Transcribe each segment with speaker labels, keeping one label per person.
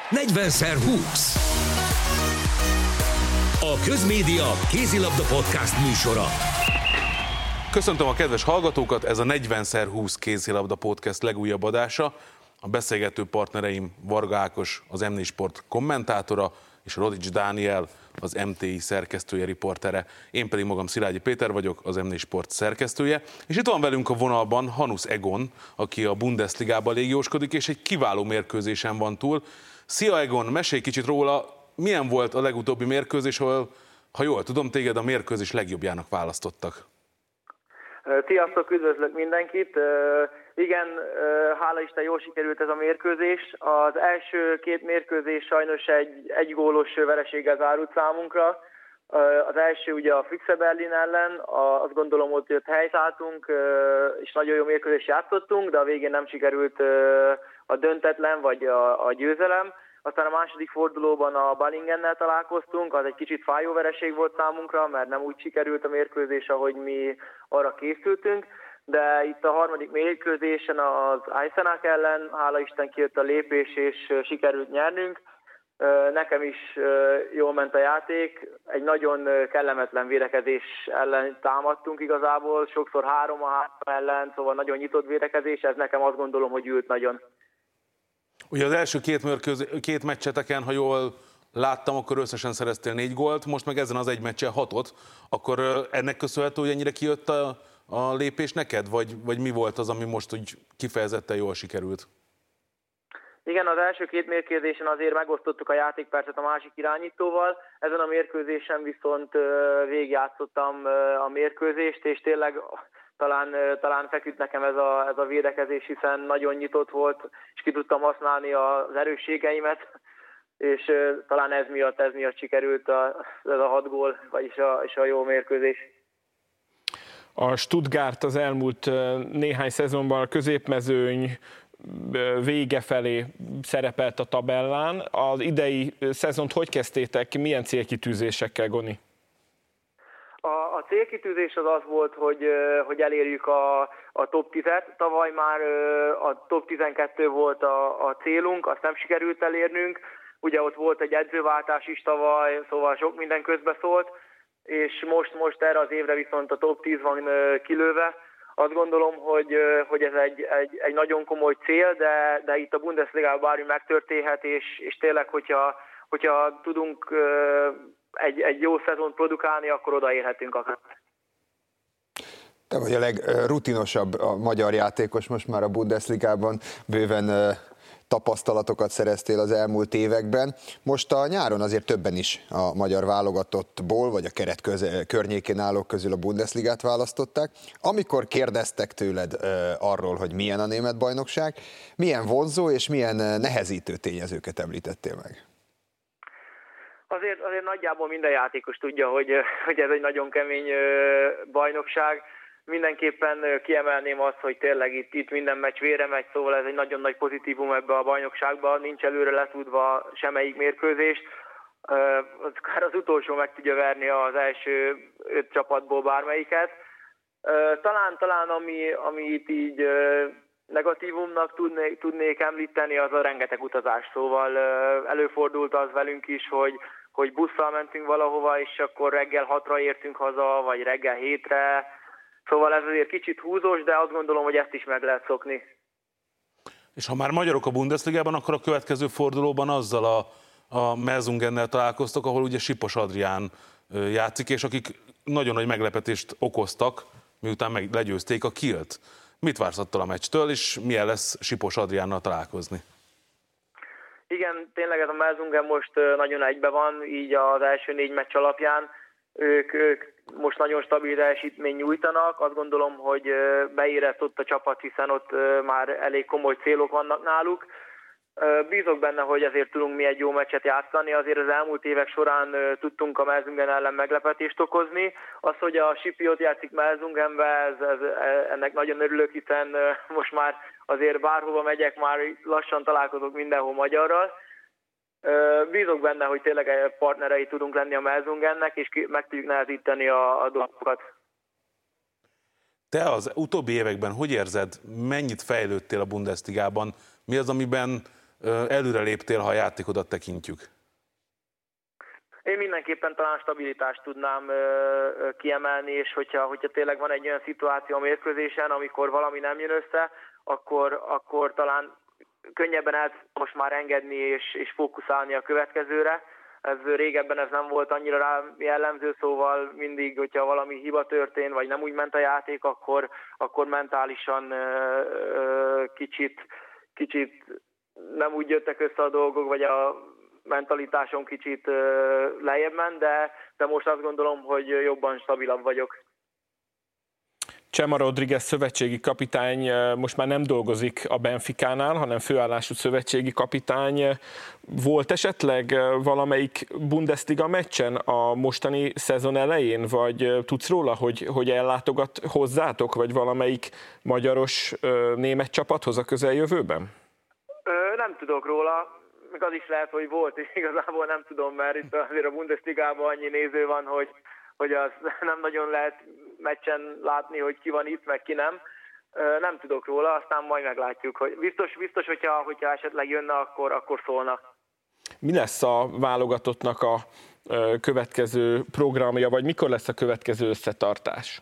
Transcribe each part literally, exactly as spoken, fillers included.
Speaker 1: negyvenszer húsz. A Közmédia Kézilabda Podcast műsora.
Speaker 2: Köszöntöm a kedves hallgatókat, ez a negyvenszer húsz Kézilabda Podcast legújabb adása. A beszélgető partnereim Varga Ákos, az em négy Sport kommentátora, és Rodics Dániel, az em té i szerkesztője, riportere. Én pedig magam Szilágyi Péter vagyok, az em négy Sport szerkesztője. És itt van velünk a vonalban Hanus Egon, aki a Bundesligában légióskodik, és egy kiváló mérkőzésen van túl. Szia Egon, mesélj kicsit róla, milyen volt a legutóbbi mérkőzés, ahol, ha jól tudom, téged a mérkőzés legjobbjának választottak.
Speaker 3: Sziasztok, üdvözlök mindenkit! Igen, hála Isten, jól sikerült ez a mérkőzés. Az első két mérkőzés sajnos egy, egy gólos vereséggel zárult számunkra. Az első ugye a Füchse Berlin ellen, azt gondolom, hogy ott helytálltunk, és nagyon jó mérkőzést játszottunk, de a végén nem sikerült a döntetlen vagy a, a győzelem. Aztán a második fordulóban a Ballingennel találkoztunk, az egy kicsit fájó vereség volt számunkra, mert nem úgy sikerült a mérkőzés, ahogy mi arra készültünk. De itt a harmadik mérkőzésen az Eisenach ellen, hála Isten, kijött a lépés, és sikerült nyernünk. Nekem is jól ment a játék, egy nagyon kellemetlen védekezés ellen támadtunk igazából, sokszor három a három ellen, szóval nagyon nyitott védekezés, ez nekem azt gondolom, hogy ült nagyon.
Speaker 2: Ugye az első két, mérkőz, két meccseteken, ha jól láttam, akkor összesen szereztél négy gólt, most meg ezen az egy meccsen hatot, akkor ennek köszönhető, hogy ennyire kijött a, a lépés neked, vagy, vagy mi volt az, ami most úgy kifejezetten jól sikerült?
Speaker 3: Igen, az első két mérkőzésen azért megosztottuk a játékpercet a másik irányítóval, ezen a mérkőzésen viszont végigjátszottam a mérkőzést, és tényleg talán, talán feküdt nekem ez a, ez a védekezés, hiszen nagyon nyitott volt, és ki tudtam használni az erősségeimet, és talán ez miatt, ez miatt sikerült a, ez a hat gól, vagyis a, és a jó mérkőzés.
Speaker 4: A Stuttgart az elmúlt néhány szezonban a középmezőny vége felé szerepelt a tabellán. Az idei szezont hogy kezdtétek? Milyen célkitűzésekkel, Goni?
Speaker 3: A, a célkitűzés az az volt, hogy, hogy elérjük a, a top tízet. Tavaly már a top tizenkettő volt a, a célunk, azt nem sikerült elérnünk. Ugye ott volt egy edzőváltás is tavaly, szóval sok minden közbeszólt, és most, most erre az évre viszont a top tíz van kilőve. Azt gondolom, hogy, hogy ez egy, egy, egy nagyon komoly cél, de, de itt a Bundesligában bármi megtörténhet, és, és tényleg, hogyha, hogyha tudunk egy, egy jó szezont produkálni, akkor odaérhetünk akár.
Speaker 5: Te vagy a legrutinosabb a magyar játékos most már a Bundesligában, bőven tapasztalatokat szereztél az elmúlt években. Most a nyáron azért többen is a magyar válogatottból, vagy a keret köze, környékén állók közül a Bundesligát választották. Amikor kérdeztek tőled uh, arról, hogy milyen a német bajnokság, milyen vonzó és milyen nehezítő tényezőket említettél meg?
Speaker 3: Azért, azért nagyjából minden játékos tudja, hogy, hogy ez egy nagyon kemény bajnokság. Mindenképpen kiemelném azt, hogy tényleg itt, itt minden meccs vére megy, szóval ez egy nagyon nagy pozitívum ebbe a bajnokságban, nincs előre letudva semmelyik mérkőzést. Akár az utolsó meg tudja verni az első öt csapatból bármelyiket. Talán, talán ami, amit így negatívumnak tudnék, tudnék említeni, az a rengeteg utazás. Szóval előfordult az velünk is, hogy, hogy busszal mentünk valahova, és akkor reggel hatra értünk haza, vagy reggel hétre. Szóval ez azért kicsit húzós, de azt gondolom, hogy ezt is meg lehet szokni.
Speaker 2: És ha már magyarok a Bundesligában, akkor a következő fordulóban azzal a, a Melsungennel találkoztok, ahol ugye Sipos Adrián játszik, és akik nagyon nagy meglepetést okoztak, miután meg legyőzték a Kielt. Mit vársz attól a meccstől, és milyen lesz Sipos Adriánnal találkozni?
Speaker 3: Igen, tényleg ez a Melsungen most nagyon egybe van, így az első négy meccs alapján. Ők, ők most nagyon stabil teljesítményt nyújtanak, azt gondolom, hogy beérett ott a csapat, hiszen ott már elég komoly célok vannak náluk. Bízok benne, hogy azért tudunk mi egy jó meccset játszani, azért az elmúlt évek során tudtunk a Melsungen ellen meglepetést okozni. Az, hogy a Sipi ott játszik Melsungenbe, ez, ez, ennek nagyon örülök, hiszen most már azért bárhova megyek, már lassan találkozok mindenhol magyarral. Bízok benne, hogy tényleg partnerei tudunk lenni a Melsungennek, és meg tudjuk nehezíteni a, a dolgokat.
Speaker 2: Te az utóbbi években hogy érzed, mennyit fejlődtél a Bundesligában? Mi az, amiben előre léptél, ha a játékodat tekintjük?
Speaker 3: Én mindenképpen talán stabilitást tudnám kiemelni, és hogyha, hogyha tényleg van egy olyan szituáció a mérkőzésen, amikor valami nem jön össze, akkor, akkor talán könnyebben el most már engedni és, és fókuszálni a következőre. Ez régebben ez nem volt annyira rá jellemző, szóval mindig, hogyha valami hiba történt, vagy nem úgy ment a játék, akkor, akkor mentálisan kicsit, kicsit nem úgy jöttek össze a dolgok, vagy a mentalitásom kicsit lejjebb ment, de, de most azt gondolom, hogy jobban stabilabb vagyok.
Speaker 4: Chema Rodriguez szövetségi kapitány most már nem dolgozik a Benficánál, hanem főállású szövetségi kapitány. Volt esetleg valamelyik Bundesliga meccsen a mostani szezon elején, vagy tudsz róla, hogy, hogy ellátogat hozzátok, vagy valamelyik magyaros német csapathoz a közeljövőben?
Speaker 3: Nem tudok róla. Még az is lehet, hogy volt, és igazából nem tudom, mert itt azért a Bundesligában annyi néző van, hogy, hogy az nem nagyon lehet meccsen látni, hogy ki van itt, meg ki nem. Nem tudok róla, aztán majd meglátjuk. Hogy biztos, biztos hogyha, hogyha esetleg jönne, akkor, akkor szólna.
Speaker 4: Mi lesz a válogatottnak a következő programja, vagy mikor lesz a következő összetartás?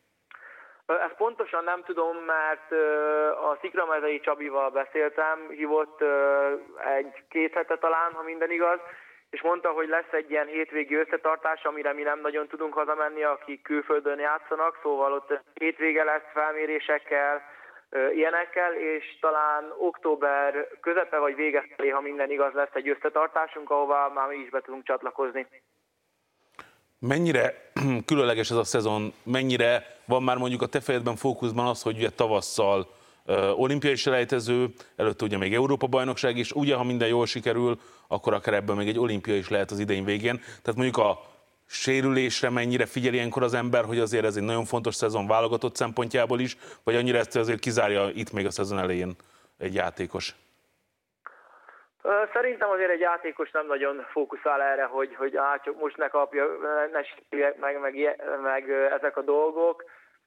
Speaker 3: Ezt pontosan nem tudom, mert a Szikramezei Csabival beszéltem, hívott egy-két hete talán, ha minden igaz, és mondta, hogy lesz egy ilyen hétvégi összetartás, amire mi nem nagyon tudunk hazamenni, akik külföldön játszanak, szóval ott hétvége lesz felmérésekkel, ilyenekkel, és talán október közepe vagy vége felé, ha minden igaz, lesz egy összetartásunk, ahová már mi is be tudunk csatlakozni.
Speaker 2: Mennyire különleges ez a szezon, mennyire van már mondjuk a te fejedben fókuszban az, hogy ugye tavasszal uh, olimpiai selejtező, előtte ugye még Európa-bajnokság is, ugye ha minden jól sikerül, akkor akár ebből még egy olimpia is lehet az idén végén. Tehát mondjuk a sérülésre mennyire figyel ilyenkor az ember, hogy azért ez egy nagyon fontos szezon válogatott szempontjából is, vagy annyira ezt azért kizárja itt még a szezon elején egy játékos?
Speaker 3: Szerintem azért egy játékos nem nagyon fókuszál erre, hogy, hogy á, csak most ne kapja, ne sérüljek meg, meg, meg ezek a dolgok.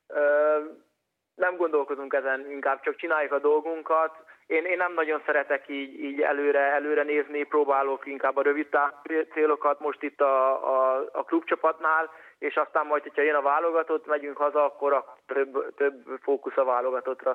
Speaker 3: Nem gondolkozunk ezen, inkább csak csináljuk a dolgunkat. Én, én nem nagyon szeretek így, így előre, előre nézni, próbálok inkább a rövid célokat most itt a, a, a klubcsapatnál, és aztán majd, hogyha jön a válogatott, megyünk haza, akkor a több, több fókusz a válogatottra.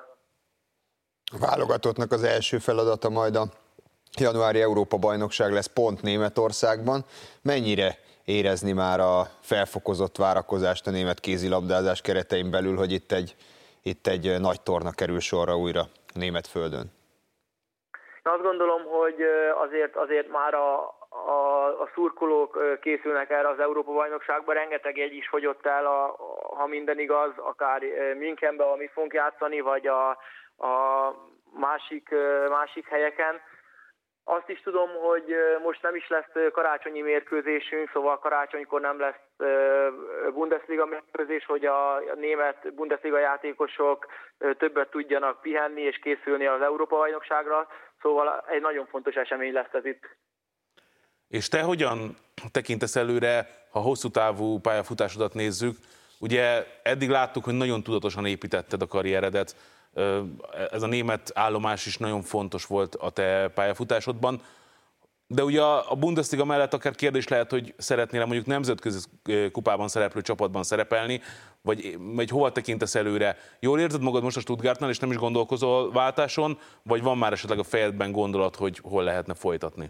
Speaker 5: A válogatottnak az első feladata majd a januári Európa-bajnokság lesz pont Németországban. Mennyire érezni már a felfokozott várakozást a német kézilabdázás keretein belül, hogy itt egy, itt egy nagy torna kerül sorra újra német földön?
Speaker 3: Azt gondolom, hogy azért, azért már a, a, a szurkolók készülnek erre az Európa-bajnokságba. Rengeteg jegy is fogyott el, a, ha minden igaz, akár Münchenben, ahol mi fogunk játszani, vagy a, a másik, másik helyeken. Azt is tudom, hogy most nem is lesz karácsonyi mérkőzésünk, szóval karácsonykor nem lesz Bundesliga mérkőzés, hogy a német Bundesliga játékosok többet tudjanak pihenni és készülni az Európa-bajnokságra, szóval egy nagyon fontos esemény lesz ez itt.
Speaker 2: És te hogyan tekintesz előre, ha hosszú távú pályafutásodat nézzük? Ugye eddig láttuk, hogy nagyon tudatosan építetted a karrieredet, ez a német állomás is nagyon fontos volt a te pályafutásodban, de ugye a Bundesliga mellett akár kérdés lehet, hogy szeretnél mondjuk nemzetközi kupában szereplő csapatban szerepelni, vagy, vagy hova tekintesz előre? Jól érzed magad most a Stuttgartnál, és nem is gondolkozol váltáson, vagy van már esetleg a fejedben gondolat, hogy hol lehetne folytatni?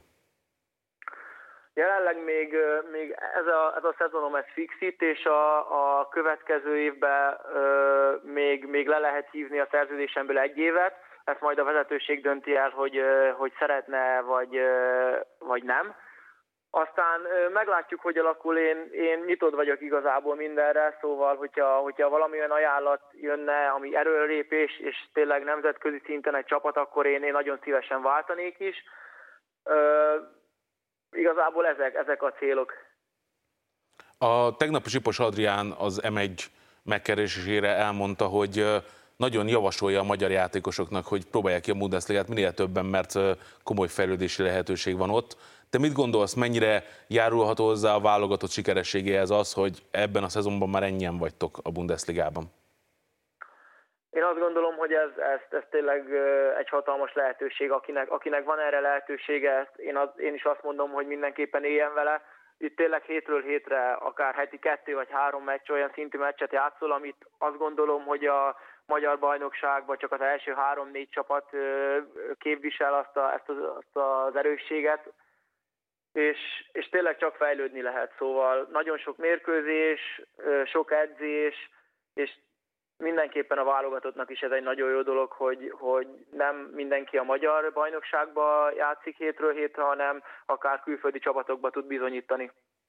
Speaker 3: Jelenleg még, még ez, a, ez a szezonom ez fix itt, és a, a következő évben ö, még, még le lehet hívni a szerződésemből egy évet. Ezt majd a vezetőség dönti el, hogy, hogy szeretne, vagy, vagy nem. Aztán meglátjuk, hogy alakul. Én, én nyitott vagyok igazából mindenre, szóval, hogyha, hogyha valamilyen ajánlat jönne, ami erőrelépés, és tényleg nemzetközi szinten egy csapat, akkor én, én nagyon szívesen váltanék is. Ö, Igazából ezek, ezek a célok.
Speaker 2: A tegnapi Sipos Adrián az em egy megkeresésére elmondta, hogy nagyon javasolja a magyar játékosoknak, hogy próbálják ki a Bundesligát minél többen, mert komoly fejlődési lehetőség van ott. Te mit gondolsz, mennyire járulhat hozzá a válogatott sikerességéhez az, hogy ebben a szezonban már ennyien vagytok a Bundesligában?
Speaker 3: Én azt gondolom, hogy ez, ez, ez tényleg egy hatalmas lehetőség, akinek, akinek van erre lehetősége, én, az, én is azt mondom, hogy mindenképpen éljen vele. Itt tényleg hétről hétre, akár heti kettő vagy három meccs, olyan szintű meccset játszol, amit azt gondolom, hogy a magyar bajnokságban csak az első három-négy csapat képvisel azt, a, ezt az, azt az erősséget, és, és tényleg csak fejlődni lehet. Szóval nagyon sok mérkőzés, sok edzés, és mindenképpen a válogatottnak is ez egy nagyon jó dolog, hogy, hogy nem mindenki a magyar bajnokságba játszik hétről hétre, hanem akár külföldi csapatokba tud bizonyítani.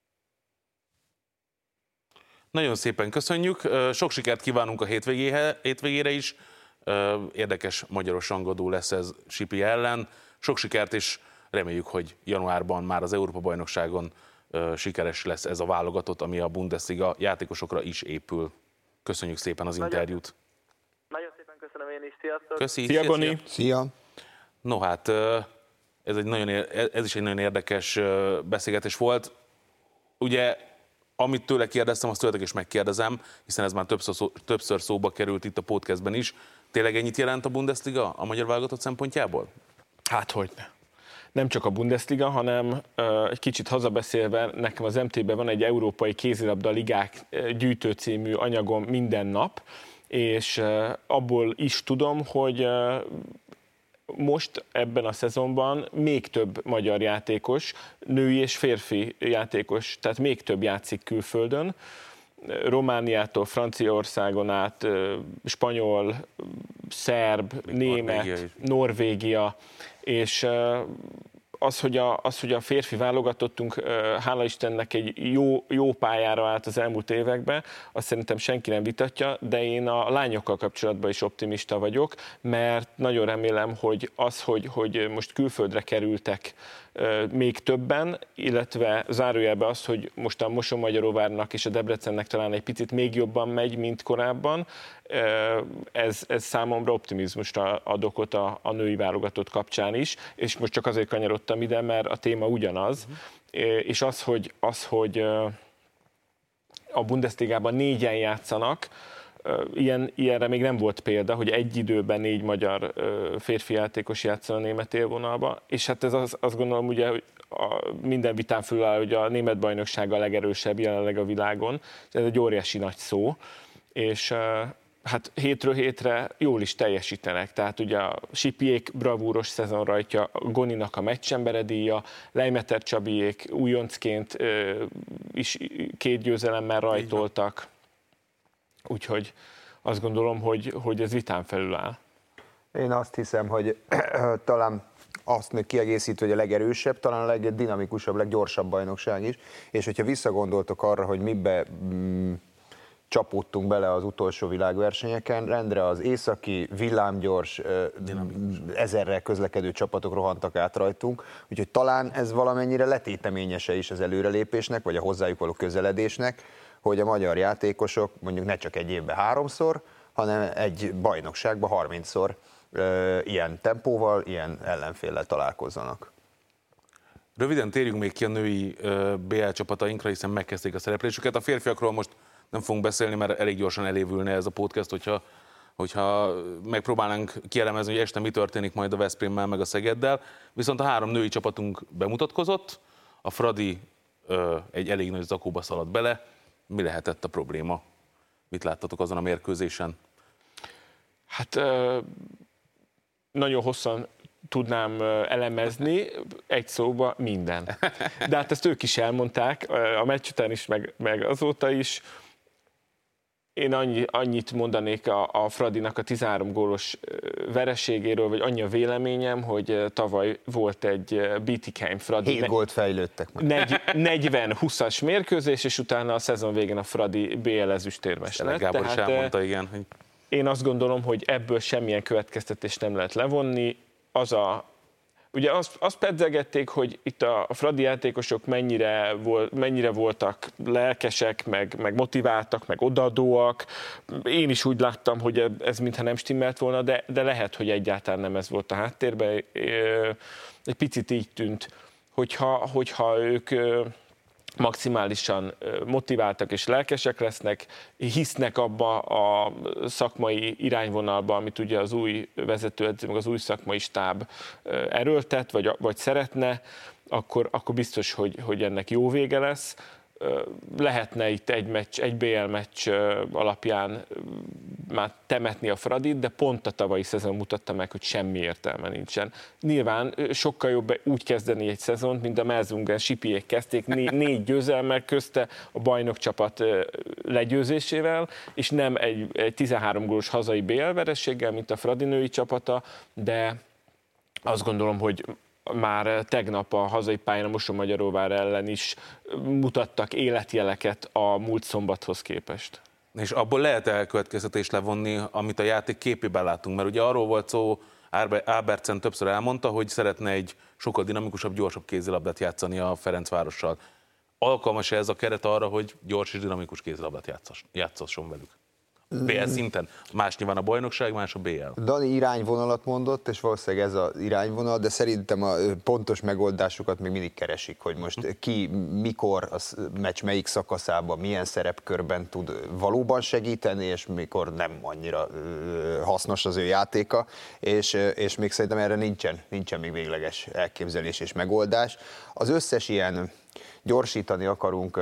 Speaker 2: Nagyon szépen köszönjük, sok sikert kívánunk a hétvégére is, érdekes magyaros rangadó lesz ez Sipi ellen, sok sikert, és reméljük, hogy januárban már az Európa-bajnokságon sikeres lesz ez a válogatott, ami a Bundesliga játékosokra is épül. Köszönjük szépen az
Speaker 3: nagyon,
Speaker 2: interjút.
Speaker 3: Nagyon szépen köszönöm én is, sziasztok!
Speaker 2: Köszi,
Speaker 4: szia, Goni!
Speaker 5: Szia!
Speaker 2: No hát, ez, egy nagyon, ez is egy nagyon érdekes beszélgetés volt. Ugye, amit tőle kérdeztem, azt tőletek is megkérdezem, hiszen ez már többször, szó, többször szóba került itt a podcastben is. Tényleg ennyit jelent a Bundesliga a magyar válogatott szempontjából?
Speaker 4: Hát hogyne. Nem csak a Bundesliga, hanem uh, egy kicsit hazabeszélve, nekem az em té-ben van egy európai kézilabda ligák gyűjtő című anyagom minden nap, és uh, abból is tudom, hogy uh, most ebben a szezonban még több magyar játékos, női és férfi játékos, tehát még több játszik külföldön, Romániától Franciaországon át, spanyol, szerb, német, Norvégia, Norvégia és az, hogy a, az, hogy a férfi válogatottunk, hála Istennek egy jó, jó pályára állt az elmúlt években, azt szerintem senki nem vitatja, de én a lányokkal kapcsolatban is optimista vagyok, mert nagyon remélem, hogy az, hogy, hogy most külföldre kerültek még többen, illetve zárójelben az, hogy most a Mosonmagyaróvárnak és a Debrecennek talán egy picit még jobban megy, mint korábban, ez, ez számomra optimizmusra ad okot a, a női válogatott kapcsán is, és most csak azért kanyarodtam ide, mert a téma ugyanaz, uh-huh. és az, hogy, az, hogy a Bundesligában négyen játszanak, Ilyen, ilyenre még nem volt példa, hogy egy időben négy magyar férfi játékos játszan a német élvonalba, és hát ez az, azt gondolom, ugye, hogy a, minden vitán fölül, hogy a német bajnokság a legerősebb jelenleg a világon, ez egy óriási nagy szó, és hát hétről hétre jól is teljesítenek, tehát ugye a Sipiék bravúros szezonrajtja, a Goninak a meccsembere díja, Leimeter Csabiék újoncként is két győzelemmel rajtoltak. Úgyhogy azt gondolom, hogy, hogy ez vitán felül áll.
Speaker 5: Én azt hiszem, hogy talán azt még kiegészítő, hogy a legerősebb, talán a legdinamikusabb, leggyorsabb bajnokság is, és hogyha visszagondoltok arra, hogy mibe mm, csapódtunk bele az utolsó világversenyeken, rendre az északi, villámgyors, dinamikus, ezerrel közlekedő csapatok rohantak át rajtunk, úgyhogy talán ez valamennyire letéteményese is az előrelépésnek, vagy a hozzájuk való közeledésnek, hogy a magyar játékosok mondjuk ne csak egy évben háromszor, hanem egy bajnokságban harmincszor e, ilyen tempóval, ilyen ellenféllel találkozzanak.
Speaker 2: Röviden térjünk még ki a női bé el csapatainkra, hiszen megkezdték a szereplésüket. A férfiakról most nem fogunk beszélni, mert elég gyorsan elévülne ez a podcast, hogyha, hogyha megpróbálnánk kielemezni, hogy este mi történik majd a Veszprémmel meg a Szegeddel. Viszont a három női csapatunk bemutatkozott, a Fradi ö, egy elég nagy zakóba szaladt bele. Mi lehetett a probléma? Mit láttatok azon a mérkőzésen?
Speaker 4: Hát nagyon hosszan tudnám elemezni, egy szóba minden. De hát ezt ők is elmondták, a meccs után is, meg, meg azóta is. Én annyi, annyit mondanék a, a Fradinak a tizenhárom gólos vereségéről, vagy annyi a véleményem, hogy tavaly volt egy Bietigheim Fradi.
Speaker 5: Hét gólt fejlődtek meg.
Speaker 4: negyven húszas mérkőzés, és utána a szezon végén a Fradi bé el ezüstérmes lett.
Speaker 2: Gábor is elmondta, igen. Hogy...
Speaker 4: Én azt gondolom, hogy ebből semmilyen következtetést nem lehet levonni. Az a Ugye azt, azt pedzegették, hogy itt a Fradi játékosok mennyire, volt, mennyire voltak lelkesek, meg, meg motiváltak, meg odaadóak. Én is úgy láttam, hogy ez mintha nem stimmelt volna, de, de lehet, hogy egyáltalán nem ez volt a háttérben. Egy picit így tűnt, hogyha, hogyha ők maximálisan motiváltak és lelkesek lesznek, hisznek abba a szakmai irányvonalba, amit ugye az új vezetőedző, meg az új szakmai stáb erőltet, vagy, vagy szeretne, akkor, akkor biztos, hogy, hogy ennek jó vége lesz. Lehetne itt egy, meccs, egy bé el meccs alapján már temetni a Fradit, de pont a tavalyi szezon mutatta meg, hogy semmi értelme nincsen. Nyilván sokkal jobb úgy kezdeni egy szezont, mint a Melzungen Sipiék kezdték, né- négy győzelmek közte a bajnokcsapat legyőzésével, és nem egy, egy tizenhárom gólos hazai bé el vereséggel, mint a Fradi női csapata, de azt gondolom, hogy már tegnap a hazai pályán a Mosonmagyaróvár ellen is mutattak életjeleket a múlt szombathoz képest.
Speaker 2: És abból lehet elkövetkeztetést levonni, amit a játék képében látunk, mert ugye arról volt szó, Ábertsen többször elmondta, hogy szeretne egy sokkal dinamikusabb, gyorsabb kézilabdát játszani a Ferencvárossal. Alkalmas-e ez a keret arra, hogy gyors és dinamikus kézilabdát játszasson velük? bé el szinten. Más nyilván a bajnokság, más a bé el.
Speaker 5: Dani irányvonalat mondott, és valószínűleg ez az irányvonal, de szerintem a pontos megoldásokat még mindig keresik, hogy most ki, mikor, a meccs melyik szakaszában, milyen szerepkörben tud valóban segíteni, és mikor nem annyira hasznos az ő játéka, és, és még szerintem erre nincsen, nincsen még végleges elképzelés és megoldás. Az összes ilyen gyorsítani akarunk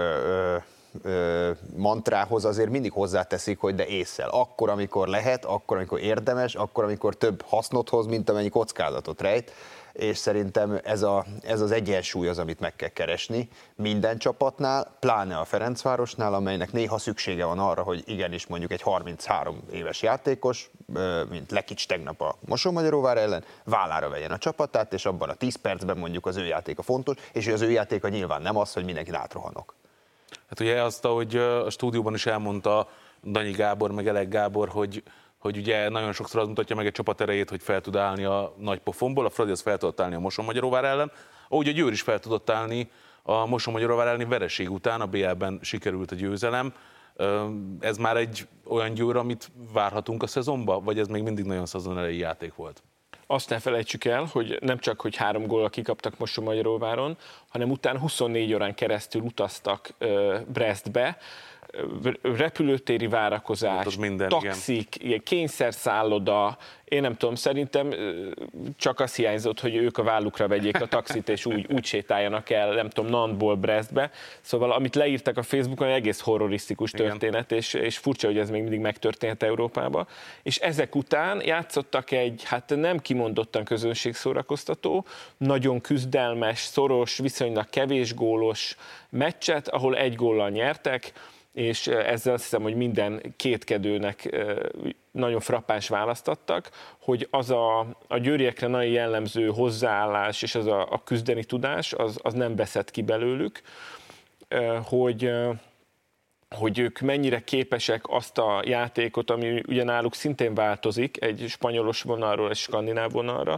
Speaker 5: mantrához azért mindig hozzáteszik, hogy de ésszel. Akkor, amikor lehet, akkor, amikor érdemes, akkor, amikor több hasznot hoz, mint amennyi kockázatot rejt, és szerintem ez, a, ez az egyensúly az, amit meg kell keresni minden csapatnál, pláne a Ferencvárosnál, amelynek néha szüksége van arra, hogy igenis mondjuk egy harminchárom éves játékos, mint Lekics tegnap a Mosonmagyaróvár ellen, vállára vegyen a csapatát, és abban a tíz percben mondjuk az ő játéka fontos, és az ő játéka nyilván nem az, hogy mindenkit átrohanok.
Speaker 2: Hát ugye azt, ahogy a stúdióban is elmondta Danyi Gábor, meg Elek Gábor, hogy, hogy ugye nagyon sokszor az mutatja meg egy csapat erejét, hogy fel tud állni a nagy pofonból, a Fradi az fel tudott állni a Mosonmagyaróvár ellen, ahogy a Győr is fel tudott állni a Mosonmagyaróvár elleni vereség után, a bé el-ben sikerült a győzelem. Ez már egy olyan Győr, amit várhatunk a szezonba, vagy ez még mindig nagyon szezon elejé játék volt?
Speaker 4: Azt ne felejtsük el, hogy nem csak, hogy három góllal kikaptak Mosonmagyaróváron, hanem utána huszonnégy órán keresztül utaztak Brestbe, repülőtéri várakozás, minden, taxik, igen. Kényszerszálloda, én nem tudom, szerintem csak az hiányzott, hogy ők a vállukra vegyék a taxit, és úgy, úgy sétáljanak el, nem tudom, Nantból Brestbe. Szóval amit leírtak a Facebookon, egy egész horrorisztikus történet, és, és furcsa, hogy ez még mindig megtörtént Európában. És ezek után játszottak egy, hát nem kimondottan közönségszórakoztató, nagyon küzdelmes, szoros, viszonylag kevés gólos meccset, ahol egy góllal nyertek, és ezzel azt hiszem, hogy minden kétkedőnek nagyon frappáns választattak, hogy az a, a győriekre nagyon jellemző hozzáállás és az a, a küzdeni tudás, az, az nem veszett ki belőlük, hogy, hogy ők mennyire képesek azt a játékot, ami ugye náluk szintén változik, egy spanyolos vonalról egy skandináv vonalra,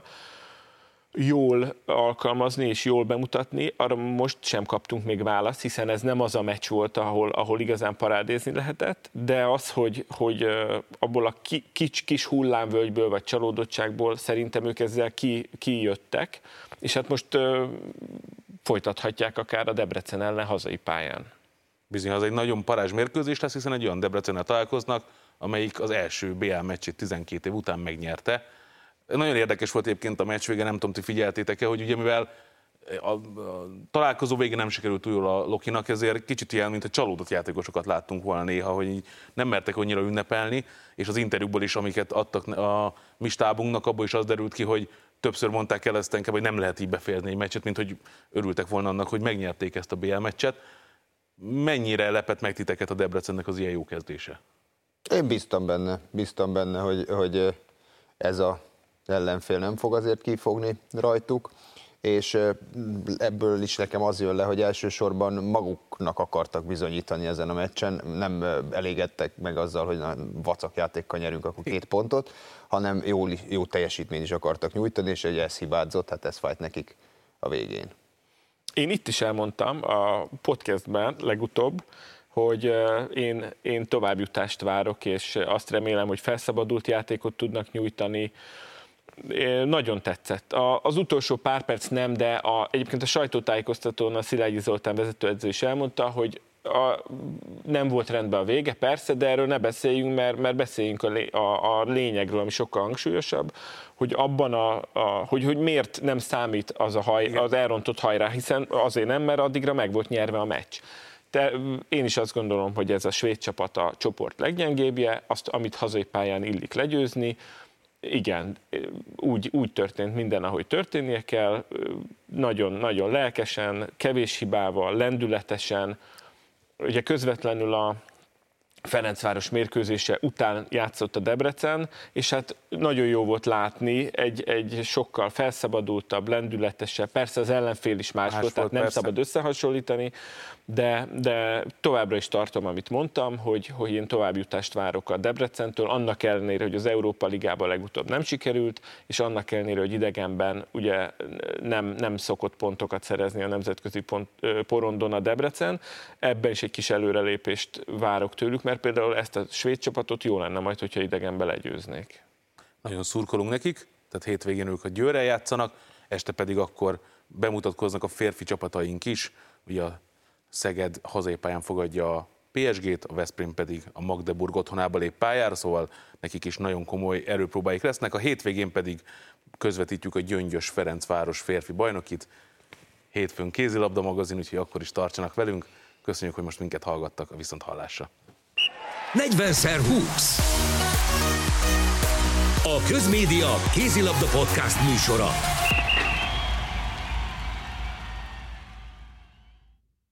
Speaker 4: jól alkalmazni és jól bemutatni, arra most sem kaptunk még választ, hiszen ez nem az a meccs volt, ahol, ahol igazán parádézni lehetett, de az, hogy, hogy abból a kis, kis hullámvölgyből vagy csalódottságból szerintem ők ezzel ki, kijöttek, és hát most uh, folytathatják akár a Debrecen ellen hazai pályán.
Speaker 2: Bizony, az egy nagyon parázs mérkőzés lesz, hiszen egy olyan Debrecennel találkoznak, amelyik az első bé el meccsét tizenkét év után megnyerte. Nagyon érdekes volt egyébként a meccs vége, nem tudom, ti figyeltétek-e, hogy ugye mivel a, a találkozó végén nem sikerült túl jól a Lokinak, ezért kicsit ilyen, mint a csalódott játékosokat láttunk volna néha, hogy így nem mertek annyira ünnepelni, és az interjúból is, amiket adtak a mi stábunknak, abból is az derült ki, hogy többször mondták el ezt inkább, hogy nem lehet így befejezni egy meccset, mint hogy örültek volna annak, hogy megnyerték ezt a bé el meccset. Mennyire lepett meg titeket a Debrecennek az ilyen jó kezdése?
Speaker 5: Én bíztam benne, bíztam benne, hogy, hogy ez a ellenfél nem fog azért kifogni rajtuk, és ebből is nekem az jön le, hogy elsősorban maguknak akartak bizonyítani ezen a meccsen, nem elégedtek meg azzal, hogy na, vacak játékkal nyerünk akkor két pontot, hanem jó, jó teljesítményt is akartak nyújtani, és hogy ez hibázott, hát ez fájt nekik a végén.
Speaker 4: Én itt is elmondtam a podcastben legutóbb, hogy én, én továbbjutást várok, és azt remélem, hogy felszabadult játékot tudnak nyújtani, Nagyon tetszett. A, az utolsó pár perc nem, de a, egyébként a sajtótájékoztatón a Szilágyi Zoltán vezetőedző is elmondta, hogy a, nem volt rendben a vége, persze, de erről ne beszéljünk, mert, mert beszéljünk a, lé, a, a lényegről, ami sokkal hangsúlyosabb, hogy abban a, a hogy, hogy miért nem számít az, a haj, az elrontott hajrá, hiszen azért nem, mert addigra meg volt nyerve a meccs. De én is azt gondolom, hogy ez a svéd csapat a csoport leggyengébbje, azt, amit hazai pályán illik legyőzni. Igen, úgy, úgy történt minden, ahogy történnie kell, nagyon-nagyon lelkesen, kevés hibával, lendületesen. Ugye közvetlenül a Ferencváros mérkőzése után játszott a Debrecen, és hát nagyon jó volt látni egy, egy sokkal felszabadultabb, lendületesebb, persze az ellenfél is más, más volt, tehát nem persze. Szabad összehasonlítani, de, de továbbra is tartom, amit mondtam, hogy, hogy én továbbjutást várok a Debrecentől, annak ellenére, hogy az Európa Ligában legutóbb nem sikerült, és annak ellenére, hogy idegenben ugye nem, nem szokott pontokat szerezni a nemzetközi pont, porondon a Debrecen, ebben is egy kis előrelépést várok tőlük, mert például ezt a svéd csapatot jó lenne majd, hogyha idegenben legyőznék.
Speaker 2: Nagyon szurkolunk nekik, tehát hétvégén ők a Győrrel játszanak, este pedig akkor bemutatkoznak a férfi csapataink is, ugye a Szeged hazai pályán fogadja a pé es gét, a Veszprém pedig a Magdeburg otthonába lép pályára, szóval nekik is nagyon komoly erőpróbáik lesznek. A hétvégén pedig közvetítjük a Gyöngyös Ferencváros férfi bajnokit. Hétfőn kézilabda magazin, úgyhogy akkor is tartsanak velünk. Köszönjük, hogy most minket hallgattak, a viszonthallásra.
Speaker 1: negyvenszer húsz. A Közmédia kézilabda podcast műsora.